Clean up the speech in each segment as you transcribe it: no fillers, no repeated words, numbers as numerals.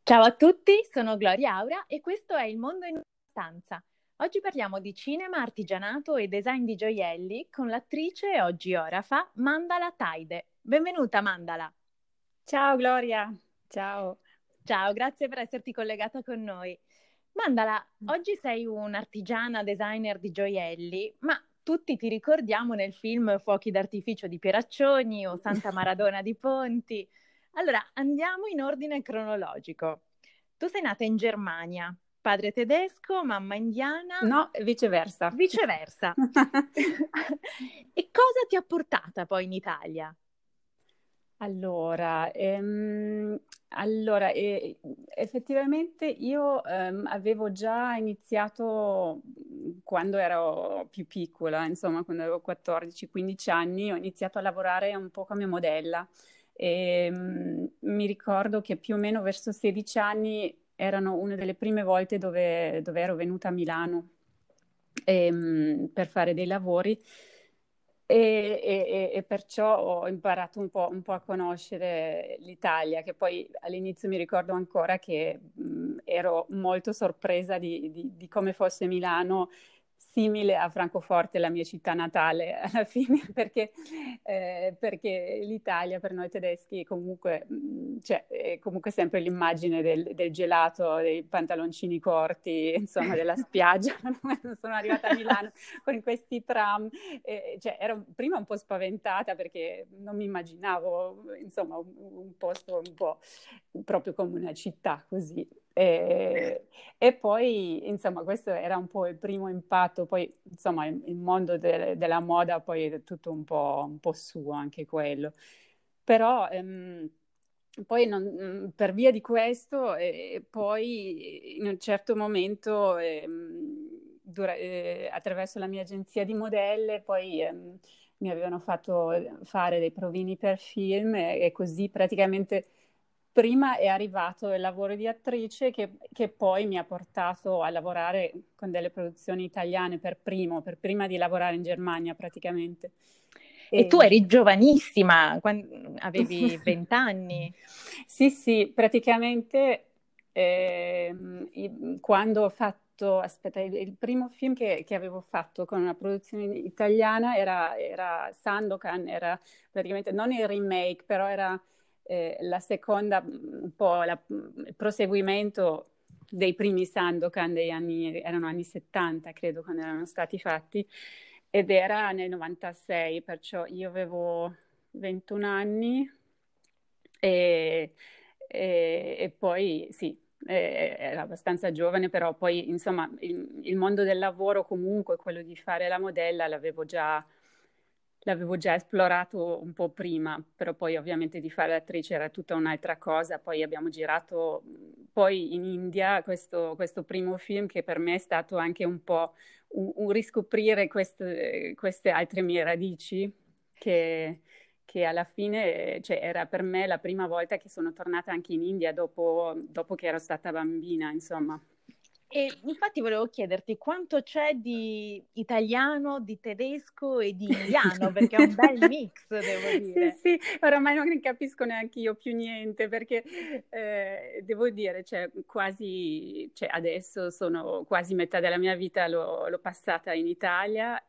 Ciao a tutti, sono Gloria Aura e questo è Il Mondo in una stanza. Oggi parliamo di cinema, artigianato e design di gioielli con l'attrice oggi ora fa Mandala Taide. Benvenuta Mandala. Ciao Gloria, ciao. Ciao, grazie per esserti collegata con noi. Mandala, oggi sei un'artigiana designer di gioielli, ma tutti ti ricordiamo nel film Fuochi d'artificio di Pieraccioni o Santa Maradona di Ponti. Allora, andiamo in ordine cronologico. Tu sei nata in Germania, padre tedesco, mamma indiana, No, viceversa. viceversa. E cosa ti ha portata poi in Italia? Allora, effettivamente io avevo già iniziato quando ero più piccola, insomma, quando avevo 14-15 anni, ho iniziato a lavorare un po' come modella e mi ricordo che più o meno verso 16 anni erano una delle prime volte dove ero venuta a Milano per fare dei lavori. E perciò ho imparato un po' a conoscere l'Italia, che poi all'inizio mi ricordo ancora che ero molto sorpresa di come fosse Milano simile a Francoforte, la mia città natale, alla fine, perché l'Italia per noi tedeschi comunque, cioè, è comunque sempre l'immagine del gelato, dei pantaloncini corti, insomma, della spiaggia. Quando sono arrivata a Milano con questi tram, cioè, ero prima un po' spaventata perché non mi immaginavo, insomma, un posto un po' proprio come una città così. E poi, insomma, questo era un po' il primo impatto, poi, insomma, il mondo della moda poi è tutto un po' suo anche quello. Però poi per via di questo, poi in un certo momento, attraverso la mia agenzia di modelle, poi mi avevano fatto fare dei provini per film e così praticamente prima è arrivato il lavoro di attrice che poi mi ha portato a lavorare con delle produzioni italiane per prima di lavorare in Germania praticamente. E tu E... eri giovanissima, avevi 20 anni. Sì, sì, praticamente quando ho fatto, aspetta, il primo film che avevo fatto con una produzione italiana era Sandokan, era praticamente non il remake, però era la seconda, un po' il proseguimento dei primi Sandokan dei anni, erano anni 70, credo, quando erano stati fatti, ed era nel 96, perciò io avevo 21 anni e, e poi sì, era abbastanza giovane, però poi insomma il mondo del lavoro comunque, quello di fare la modella, l'avevo già esplorato un po' prima, però poi ovviamente di fare l'attrice era tutta un'altra cosa. Poi abbiamo girato poi in India questo primo film che per me è stato anche un po' un riscoprire queste altre mie radici che alla fine, cioè, era per me la prima volta che sono tornata anche in India dopo che ero stata bambina, insomma. E infatti volevo chiederti quanto c'è di italiano, di tedesco e di indiano, perché è un bel mix, devo Sì, dire. sì, oramai non ne capisco neanche io più niente perché devo dire, cioè, quasi, cioè, adesso sono quasi metà della mia vita l'ho passata in Italia,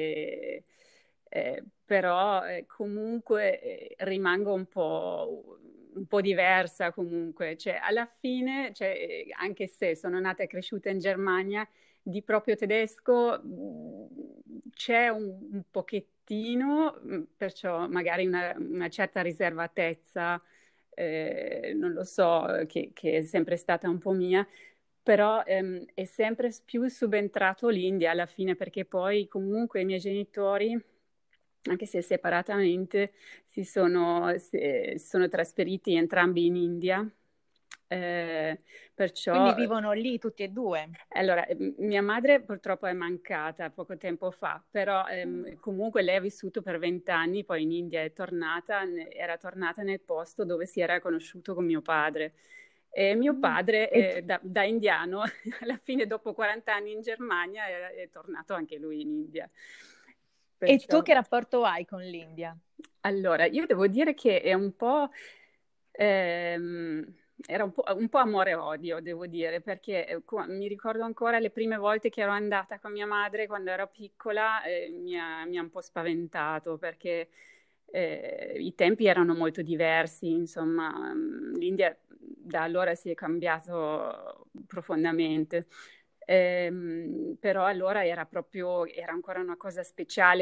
però comunque rimango un po' diversa comunque, cioè, alla fine, cioè, anche se sono nata e cresciuta in Germania, di proprio tedesco c'è un pochettino, perciò magari una certa riservatezza, non lo so, che è sempre stata un po' mia, però è sempre più subentrato l'India alla fine, perché poi comunque i miei genitori, anche se separatamente, si sono trasferiti entrambi in India. Eh, Quindi perciò vivono lì tutti e due. allora, mia madre purtroppo è mancata poco tempo fa, però comunque lei ha vissuto per 20 anni, poi in India è tornata, era tornata nel posto dove si era conosciuto con mio padre. E mio Mm. padre, E, da indiano, alla fine, dopo 40 anni in Germania, è tornato anche lui in India. e tu Perciò che rapporto hai con l'India? allora, io devo dire che è un po', ehm, era un po' amore e odio, devo dire, perché mi ricordo ancora le prime volte che ero andata con mia madre quando ero piccola, mi ha un po' spaventato perché i tempi erano molto diversi, insomma, l'India da allora si è cambiato profondamente. Però allora era ancora una cosa speciale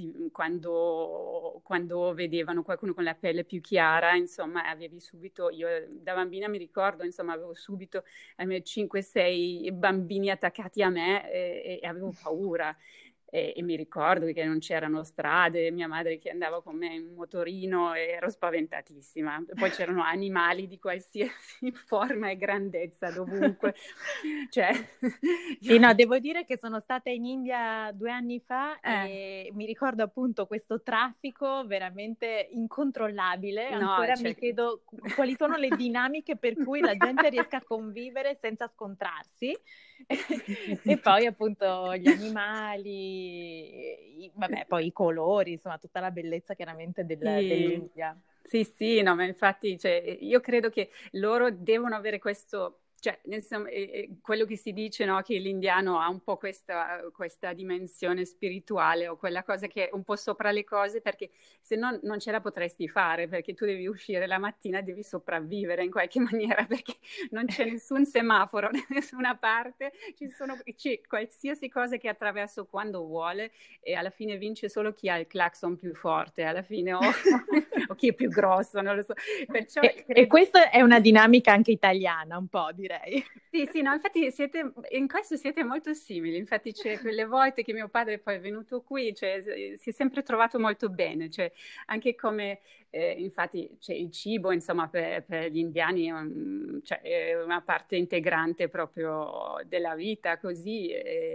quando vedevano qualcuno con la pelle più chiara, insomma, avevi subito, io da bambina mi ricordo, insomma, avevo subito 5-6 bambini attaccati a me e avevo paura. E mi ricordo che non c'erano strade, mia madre che andava con me in motorino e ero spaventatissima. Poi c'erano animali di qualsiasi forma e grandezza dovunque. Cioè, Sì, no, devo dire che sono stata in India 2 anni fa eh, e mi ricordo appunto questo traffico veramente incontrollabile. no, Ancora mi cioè... chiedo quali sono le dinamiche per cui la gente riesca a convivere senza scontrarsi. E poi appunto gli animali, vabbè, poi i colori, insomma, tutta la bellezza chiaramente Sì, dell'India. sì, sì, no, ma infatti, cioè, io credo che loro devono avere questo, cioè, quello che si dice, no, che l'indiano ha un po' questa dimensione spirituale o quella cosa che è un po' sopra le cose, perché se no non ce la potresti fare, perché tu devi uscire la mattina, devi sopravvivere in qualche maniera, perché non c'è nessun semaforo da nessuna parte, c'è qualsiasi cosa che attraverso quando vuole e alla fine vince solo chi ha il clacson più forte, alla fine o chi è più grosso, non lo so. Perciò E credo... questa è una dinamica anche italiana, un po', direi. Sì, sì, no, infatti in questo siete molto simili, infatti c'è quelle volte che mio padre poi è venuto qui, cioè, si è sempre trovato molto bene, cioè, anche come, infatti c'è il cibo, insomma, per gli indiani cioè, è una parte integrante proprio della vita, così,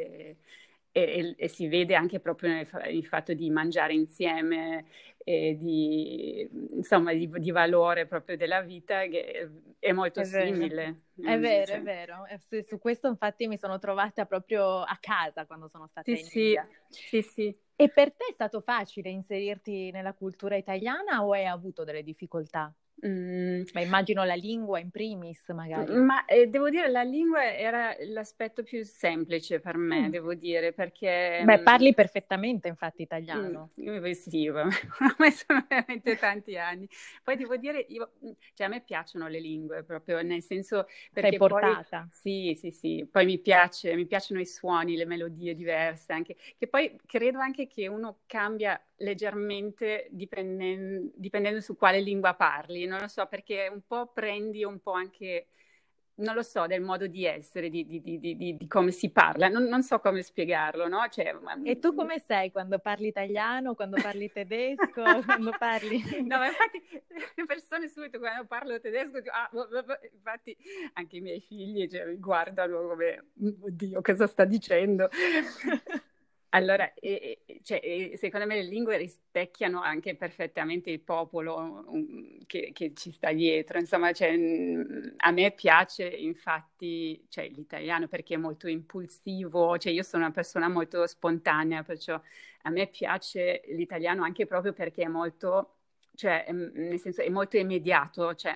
e si vede anche proprio nel fatto di mangiare insieme, e insomma, di valore proprio della vita, che è molto È vero, simile. è vero, è Cioè. vero. Su questo infatti mi sono trovata proprio a casa quando sono stata Sì, in sì, India. sì, sì. E per te è stato facile inserirti nella cultura italiana o hai avuto delle difficoltà? Mm, Beh, immagino la lingua in primis, magari. ma devo dire, la lingua era l'aspetto più semplice per me, Mm. devo dire, perché Beh, parli perfettamente, infatti, italiano. sì, ormai sono veramente tanti anni. Poi devo dire, cioè, a me piacciono le lingue, proprio nel senso, Sei perché poi portata. sì, sì, sì, poi mi piacciono i suoni, le melodie diverse, anche, che poi credo anche che uno cambia leggermente dipendendo su quale lingua parli, non lo so, perché un po' prendi un po' anche non lo so, del modo di essere, di come si parla, non so come spiegarlo, no? Cioè, E tu come sei quando parli italiano, quando parli tedesco, quando parli... no, ma infatti le persone subito quando parlo tedesco, dico, infatti anche i miei figli cioè, mi guardano come, oddio, cosa sta dicendo? Allora, cioè, secondo me le lingue rispecchiano anche perfettamente il popolo che ci sta dietro. Insomma, cioè, a me piace infatti cioè, l'italiano perché è molto impulsivo, cioè, io sono una persona molto spontanea, perciò a me piace l'italiano anche proprio perché è molto... Cioè, nel senso, è molto immediato, cioè,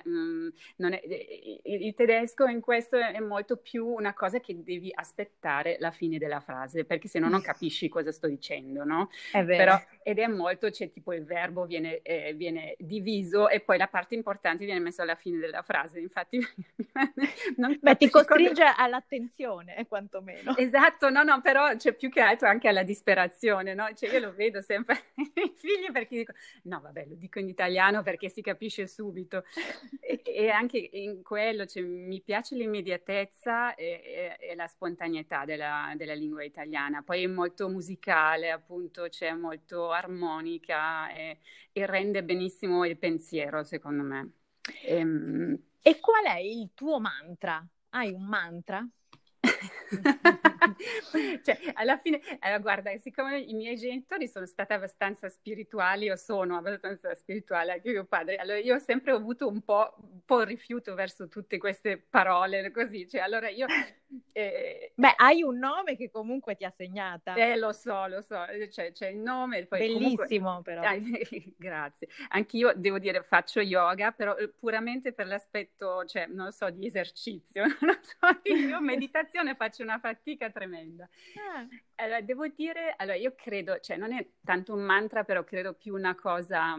il tedesco in questo è molto più una cosa che devi aspettare la fine della frase, perché se no non capisci cosa sto dicendo, no? È Però, vero. ed è molto, c'è tipo il verbo viene diviso e poi la parte importante viene messa alla fine della frase, infatti non Beh, ti capisco. costringe all'attenzione, quantomeno. Esatto, no, no, però c'è più che altro anche alla disperazione, no? Cioè io lo vedo sempre nei miei figli perché dico, no, vabbè, lo dico in italiano perché si capisce subito. E anche in quello, cioè, mi piace l'immediatezza e la spontaneità della lingua italiana. Poi è molto musicale, appunto, c'è molto armonica e rende benissimo il pensiero, secondo me. Ehm, E qual è il tuo mantra? Hai un mantra? Cioè, alla fine, allora, guarda, siccome i miei genitori sono stati abbastanza spirituali, o sono abbastanza spirituali, anche mio padre, allora io ho sempre avuto un po' rifiuto verso tutte queste parole, così, cioè, allora io Beh, hai un nome che comunque ti ha segnata. Lo so, c'è il nome, poi Bellissimo comunque... però. Grazie. Anch'io devo dire faccio yoga, però puramente per l'aspetto, cioè, non lo so, di esercizio, non lo so, io meditazione faccio una fatica tremenda. Ah, Allora, devo dire, allora io credo, cioè non è tanto un mantra, però credo più una cosa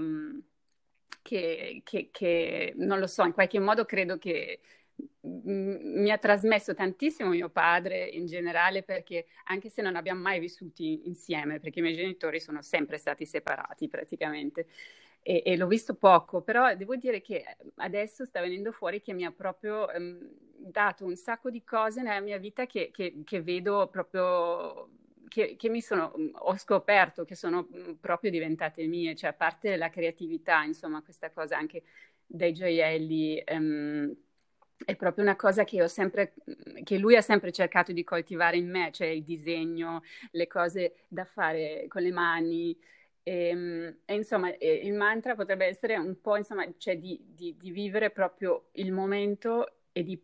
che, non lo so, in qualche modo credo che mi ha trasmesso tantissimo mio padre in generale, perché anche se non abbiamo mai vissuti insieme, perché i miei genitori sono sempre stati separati praticamente, e l'ho visto poco, però devo dire che adesso sta venendo fuori che mi ha proprio dato un sacco di cose nella mia vita che vedo proprio, che ho scoperto che sono proprio diventate mie, cioè a parte la creatività, insomma, questa cosa anche dei gioielli. È proprio una cosa che lui ha sempre cercato di coltivare in me, cioè il disegno, le cose da fare con le mani. Insomma, il mantra potrebbe essere un po', insomma, cioè di vivere proprio il momento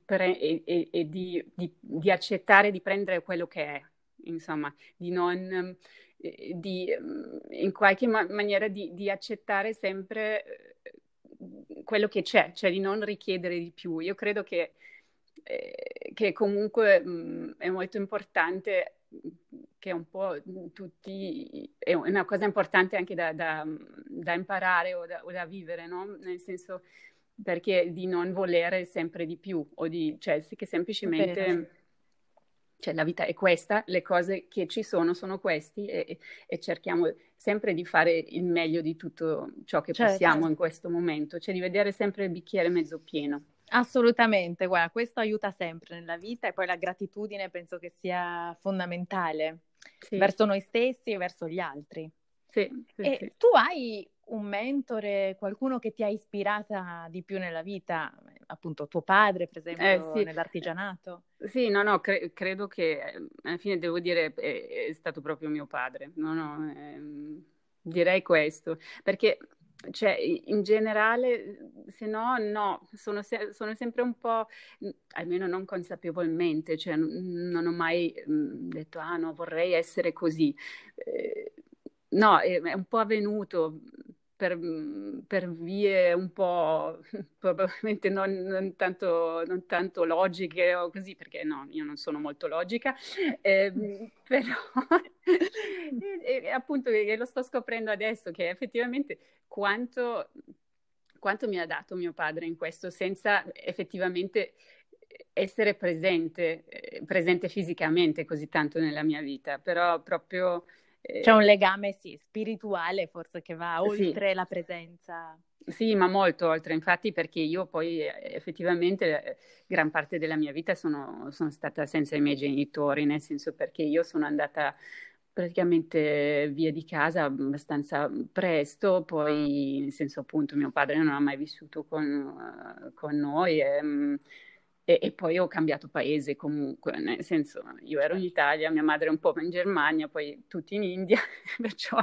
e di accettare di prendere quello che è, insomma, di non, in qualche maniera di accettare sempre quello che c'è, cioè di non richiedere di più. Io credo che comunque è molto importante, che un po' tutti, è una cosa importante anche da imparare o da vivere, no? Nel senso, perché di non volere sempre di più, cioè sì che vero. semplicemente... Cioè, la vita è questa, le cose che ci sono questi e cerchiamo sempre di fare il meglio di tutto ciò che Certo. possiamo in questo momento, cioè di vedere sempre il bicchiere mezzo pieno. Assolutamente, guarda, questo aiuta sempre nella vita e poi la gratitudine penso che sia fondamentale Sì, verso noi stessi e verso gli altri. sì, sì, E sì. tu hai un mentore, qualcuno che ti ha ispirata di più nella vita, appunto tuo padre, per esempio, Sì. nell'artigianato? Sì, no, credo che alla fine devo dire è stato proprio mio padre. No, no, direi questo, perché cioè, in generale, se no, no, sono sempre un po', almeno non consapevolmente, cioè non ho mai detto, ah no, vorrei essere così. Eh, no, è un po' avvenuto per vie un po' probabilmente non tanto logiche o così, perché no, io non sono molto logica, però appunto lo sto scoprendo adesso che effettivamente quanto mi ha dato mio padre in questo, senza effettivamente essere presente fisicamente così tanto nella mia vita, però proprio C'è un eh, legame, sì, spirituale forse che va sì. oltre la presenza. Sì, ma molto oltre, infatti, perché io poi effettivamente gran parte della mia vita sono stata senza i miei genitori, nel senso perché io sono andata praticamente via di casa abbastanza presto, poi nel senso appunto mio padre non ha mai vissuto con noi e poi ho cambiato paese comunque, nel senso io ero in Certo. Italia, mia madre un po' in Germania, poi tutti in India, perciò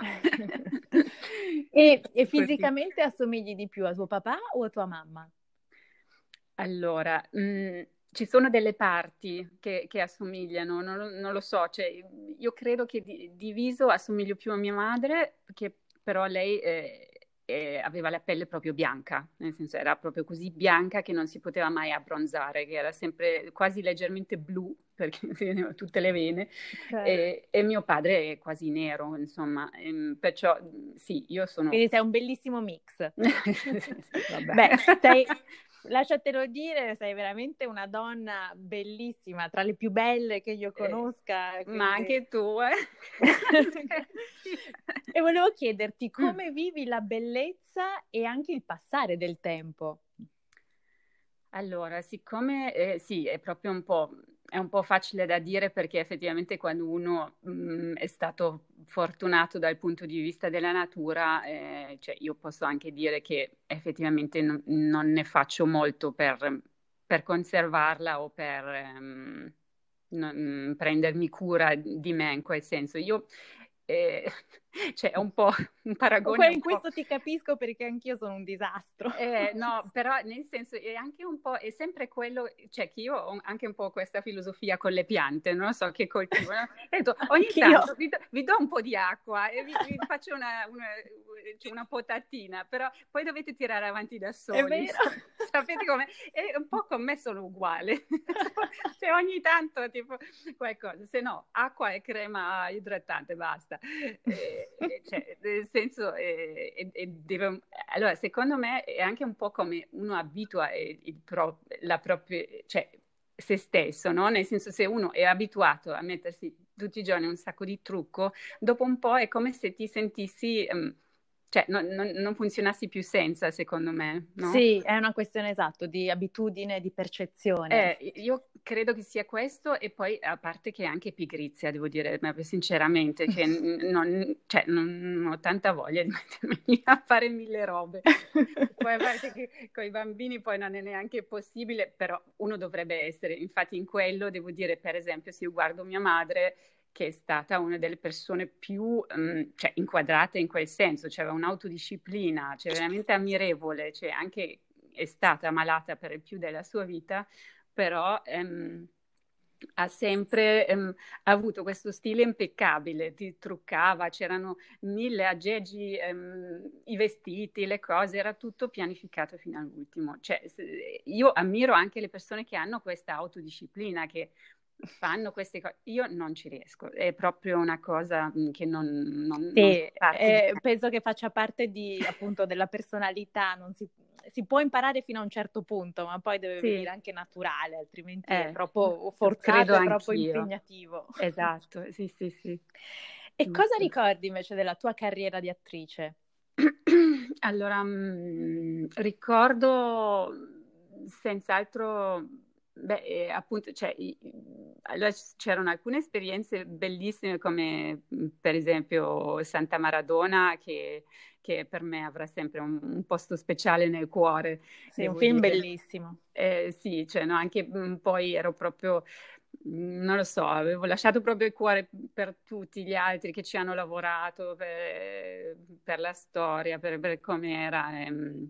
E così. fisicamente assomigli di più a tuo papà o a tua mamma? Allora, ci sono delle parti che assomigliano, non lo so, cioè, io credo che di viso assomiglio più a mia madre, che però lei aveva la pelle proprio bianca, nel senso era proprio così bianca che non si poteva mai abbronzare, che era sempre quasi leggermente blu, perché aveva tutte le vene, Ok. e mio padre è quasi nero, insomma, perciò sì, io sono... Quindi sei un bellissimo mix. Vabbè. Beh, lasciatelo dire, sei veramente una donna bellissima, tra le più belle che io conosca. Ma Quindi... anche tu, eh? Scherzi. E volevo chiederti Mm. come vivi la bellezza e anche il passare del tempo. Allora, siccome sì, è un po' facile da dire perché effettivamente quando uno è stato fortunato dal punto di vista della natura, cioè io posso anche dire che effettivamente non ne faccio molto per conservarla o per prendermi cura di me in quel senso. Io cioè, è un po' un paragone un In po'. questo ti capisco perché anch'io sono un disastro. No, però nel senso è anche un po', è sempre quello, cioè che io ho anche un po' questa filosofia con le piante, non so, che coltivo, no? E detto, ogni Anch'io. tanto vi do un po' di acqua e vi faccio cioè una potatina, però poi dovete tirare avanti da È soli. vero. Sapete come? E un po' con me sono uguale. Cioè ogni tanto tipo qualcosa, se no acqua e crema idratante, basta. Cioè, nel senso, allora, secondo me è anche un po' come uno abitua la propria, cioè se stesso, no? Nel senso, se uno è abituato a mettersi tutti i giorni un sacco di trucco, dopo un po' è come se ti sentissi, cioè non funzionassi più senza, secondo me, no? Sì, è una questione esatto di abitudine, di percezione. Io credo che sia questo, e poi a parte che anche pigrizia, devo dire, ma sinceramente, che cioè, non ho tanta voglia di mettermi a fare mille robe. Poi a parte che con i bambini poi non è neanche possibile, però uno dovrebbe essere, infatti in quello devo dire, per esempio, se io guardo mia madre, che è stata una delle persone più cioè, inquadrate in quel senso, cioè aveva un'autodisciplina, cioè veramente ammirevole, cioè anche è stata malata per il più della sua vita, però ha sempre avuto questo stile impeccabile, ti truccava, c'erano mille aggeggi, i vestiti, le cose, era tutto pianificato fino all'ultimo. Cioè, io ammiro anche le persone che hanno questa autodisciplina, che fanno queste cose. Io non ci riesco, è proprio una cosa che non Sì, parte di me. penso che faccia parte appunto della personalità, non si può imparare fino a un certo punto, ma poi deve venire Sì, anche naturale, altrimenti è troppo credo forzato e troppo anch'io. impegnativo. Esatto, sì, sì, sì. E cosa ricordi invece della tua carriera di attrice? Allora, ricordo senz'altro, beh, appunto, cioè, allora c'erano alcune esperienze bellissime come per esempio Santa Maradona che per me avrà sempre un posto speciale nel cuore, Sì, un devo film dire. bellissimo. Sì, cioè, no, anche poi ero proprio, non lo so, avevo lasciato proprio il cuore per tutti gli altri che ci hanno lavorato, per la storia, per come era.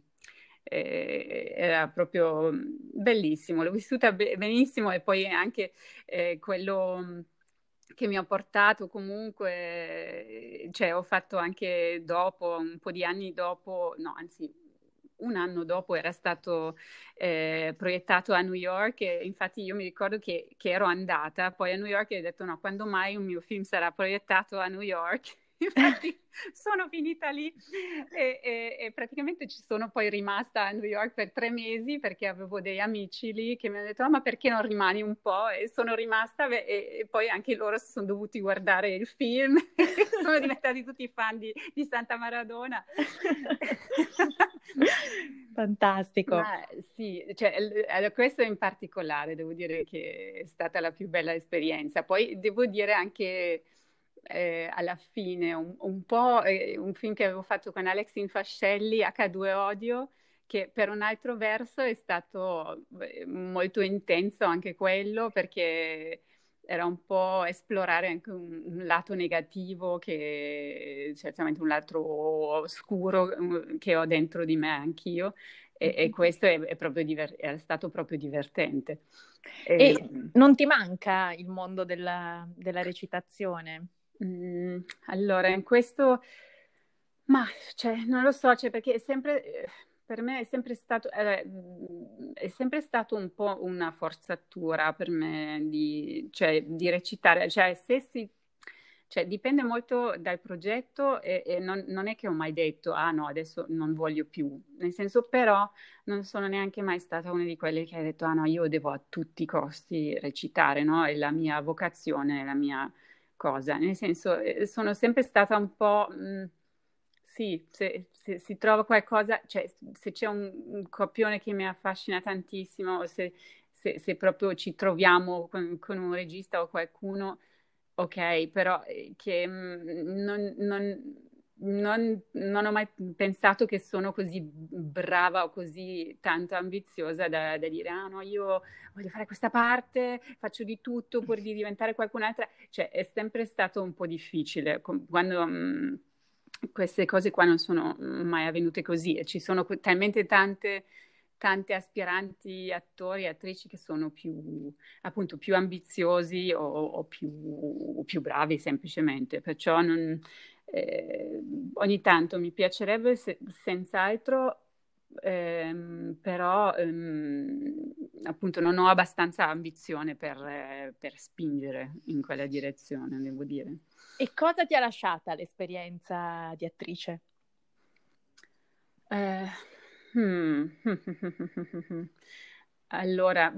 Era proprio bellissimo, l'ho vissuta benissimo, e poi anche quello che mi ha portato comunque, cioè ho fatto anche dopo, un po' di anni dopo, no, anzi un anno dopo era stato proiettato a New York, e infatti io mi ricordo che ero andata poi a New York e ho detto no, quando mai un mio film sarà proiettato a New York? Infatti sono finita lì e praticamente ci sono poi rimasta a New York per 3 mesi perché avevo dei amici lì che mi hanno detto ma perché non rimani un po'? E sono rimasta e poi anche loro si sono dovuti guardare il film e sono diventati tutti fan di Santa Maradona. Fantastico. Ma sì, cioè, questo in particolare devo dire che è stata la più bella esperienza. Poi devo dire anche alla fine un po' un film che avevo fatto con Alex Infascelli, H2 Odio, che per un altro verso è stato molto intenso anche quello, perché era un po' esplorare anche un lato negativo, che certamente un lato oscuro che ho dentro di me anch'io, e questo è proprio è stato proprio divertente. E non ti manca il mondo della recitazione? Allora, in questo, ma cioè, non lo so, cioè, perché è sempre, per me è sempre stato un po' una forzatura per me cioè, di recitare, cioè, cioè, dipende molto dal progetto, e non è che ho mai detto, ah no, adesso non voglio più, nel senso, però non sono neanche mai stata una di quelle che ha detto, ah no, io devo a tutti i costi recitare, no? È la mia vocazione, è la mia cosa, nel senso, sono sempre stata un po', sì, se si trova qualcosa, cioè se c'è un copione che mi affascina tantissimo, o se proprio ci troviamo con un regista o qualcuno, ok, però che non ho mai pensato che sono così brava o così tanto ambiziosa da dire, ah no, io voglio fare questa parte, faccio di tutto pur di diventare qualcun'altra. Cioè, è sempre stato un po' difficile quando queste cose qua non sono mai avvenute così e ci sono talmente tante aspiranti attori e attrici che sono più, appunto, più ambiziosi o più bravi semplicemente. Perciò ogni tanto mi piacerebbe senz'altro, però appunto non ho abbastanza ambizione per spingere in quella direzione, devo dire. E cosa ti ha lasciata l'esperienza di attrice? Allora,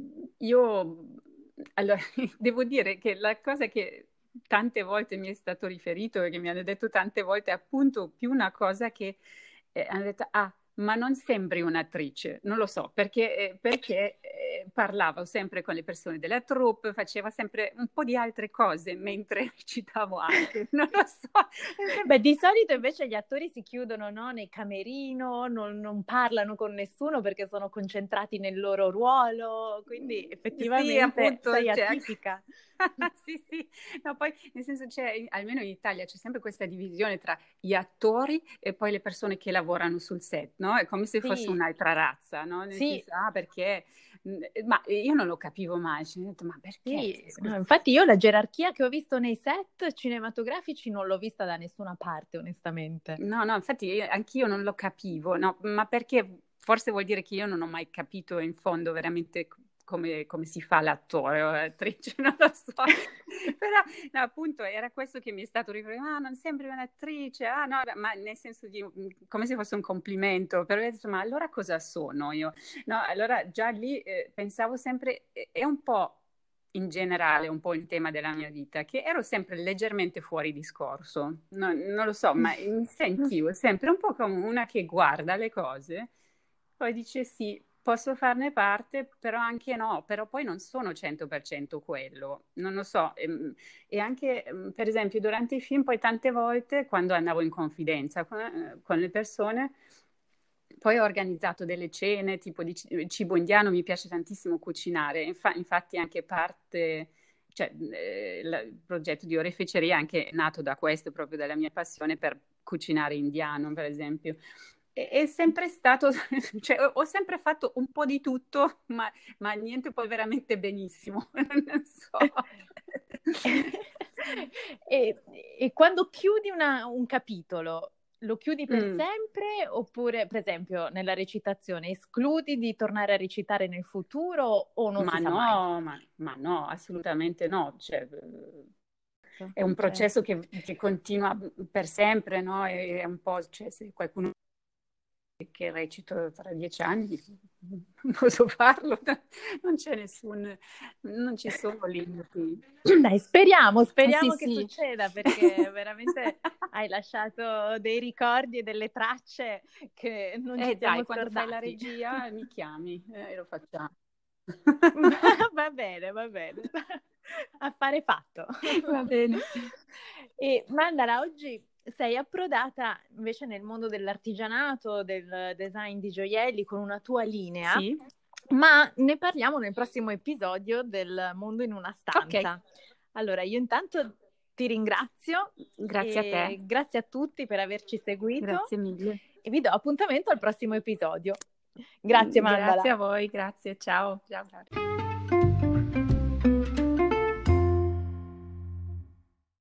allora, devo dire che la cosa che tante volte mi è stato riferito e che mi hanno detto tante volte è appunto più una cosa che hanno detto, ah, ma non sembri un'attrice, non lo so, perché parlavo sempre con le persone della troupe, faceva sempre un po' di altre cose mentre recitavo anche, non lo so. Beh, di solito invece gli attori si chiudono, no, nei camerino, non parlano con nessuno perché sono concentrati nel loro ruolo, quindi effettivamente sì, appunto, sei atipica. Sì, sì, no, poi nel senso almeno in Italia c'è sempre questa divisione tra gli attori e poi le persone che lavorano sul set, no? È come se fosse un'altra razza, no? Nel senso, perché? Ma io non lo capivo mai, ho detto, ma perché? Sì, no, infatti io la gerarchia che ho visto nei set cinematografici non l'ho vista da nessuna parte, onestamente. No, infatti anch'io non lo capivo, no? Ma perché forse vuol dire che io non ho mai capito in fondo veramente come si fa l'attore o l'attrice, non lo so. Però no, appunto era questo che mi è stato riferito, ah, non sembri un'attrice, ah no, ma nel senso di come se fosse un complimento, però ho detto, ma allora cosa sono io? No, allora già lì pensavo sempre, è un po' in generale, un po' il tema della mia vita, che ero sempre leggermente fuori discorso, non lo so, ma mi sentivo sempre un po' come una che guarda le cose, poi dice sì, posso farne parte, però anche no, però poi non sono 100% quello, non lo so. E anche, per esempio, durante i film, poi tante volte, quando andavo in confidenza con le persone, poi ho organizzato delle cene tipo di cibo indiano, mi piace tantissimo cucinare, infatti anche parte, cioè il progetto di oreficeria è anche nato da questo, proprio dalla mia passione per cucinare indiano, per esempio. È sempre stato, cioè ho sempre fatto un po' di tutto, ma niente poi veramente benissimo, non so. E quando chiudi un capitolo, lo chiudi per sempre oppure, per esempio, nella recitazione, escludi di tornare a recitare nel futuro o non si sa mai? Ma no, assolutamente no. Cioè, è un processo che continua per sempre, no? È un po', cioè, se qualcuno che recito tra 10 anni posso farlo, non c'è non ci sono limiti. Dai, speriamo Sì, che sì. succeda perché veramente hai lasciato dei ricordi e delle tracce che non ci siamo Dai, quando fai la scordati. regia mi chiami e lo facciamo. Va bene, affare fatto. Va bene. E Mandala, oggi sei approdata invece nel mondo dell'artigianato, del design di gioielli con una tua linea, Sì. ma ne parliamo nel prossimo episodio del Mondo in una stanza. Ok. Allora, io intanto ti ringrazio. Grazie a te. Grazie a tutti per averci seguito. Grazie mille. E vi do appuntamento al prossimo episodio. Grazie, Mandala. Grazie a voi, grazie. Ciao. Ciao.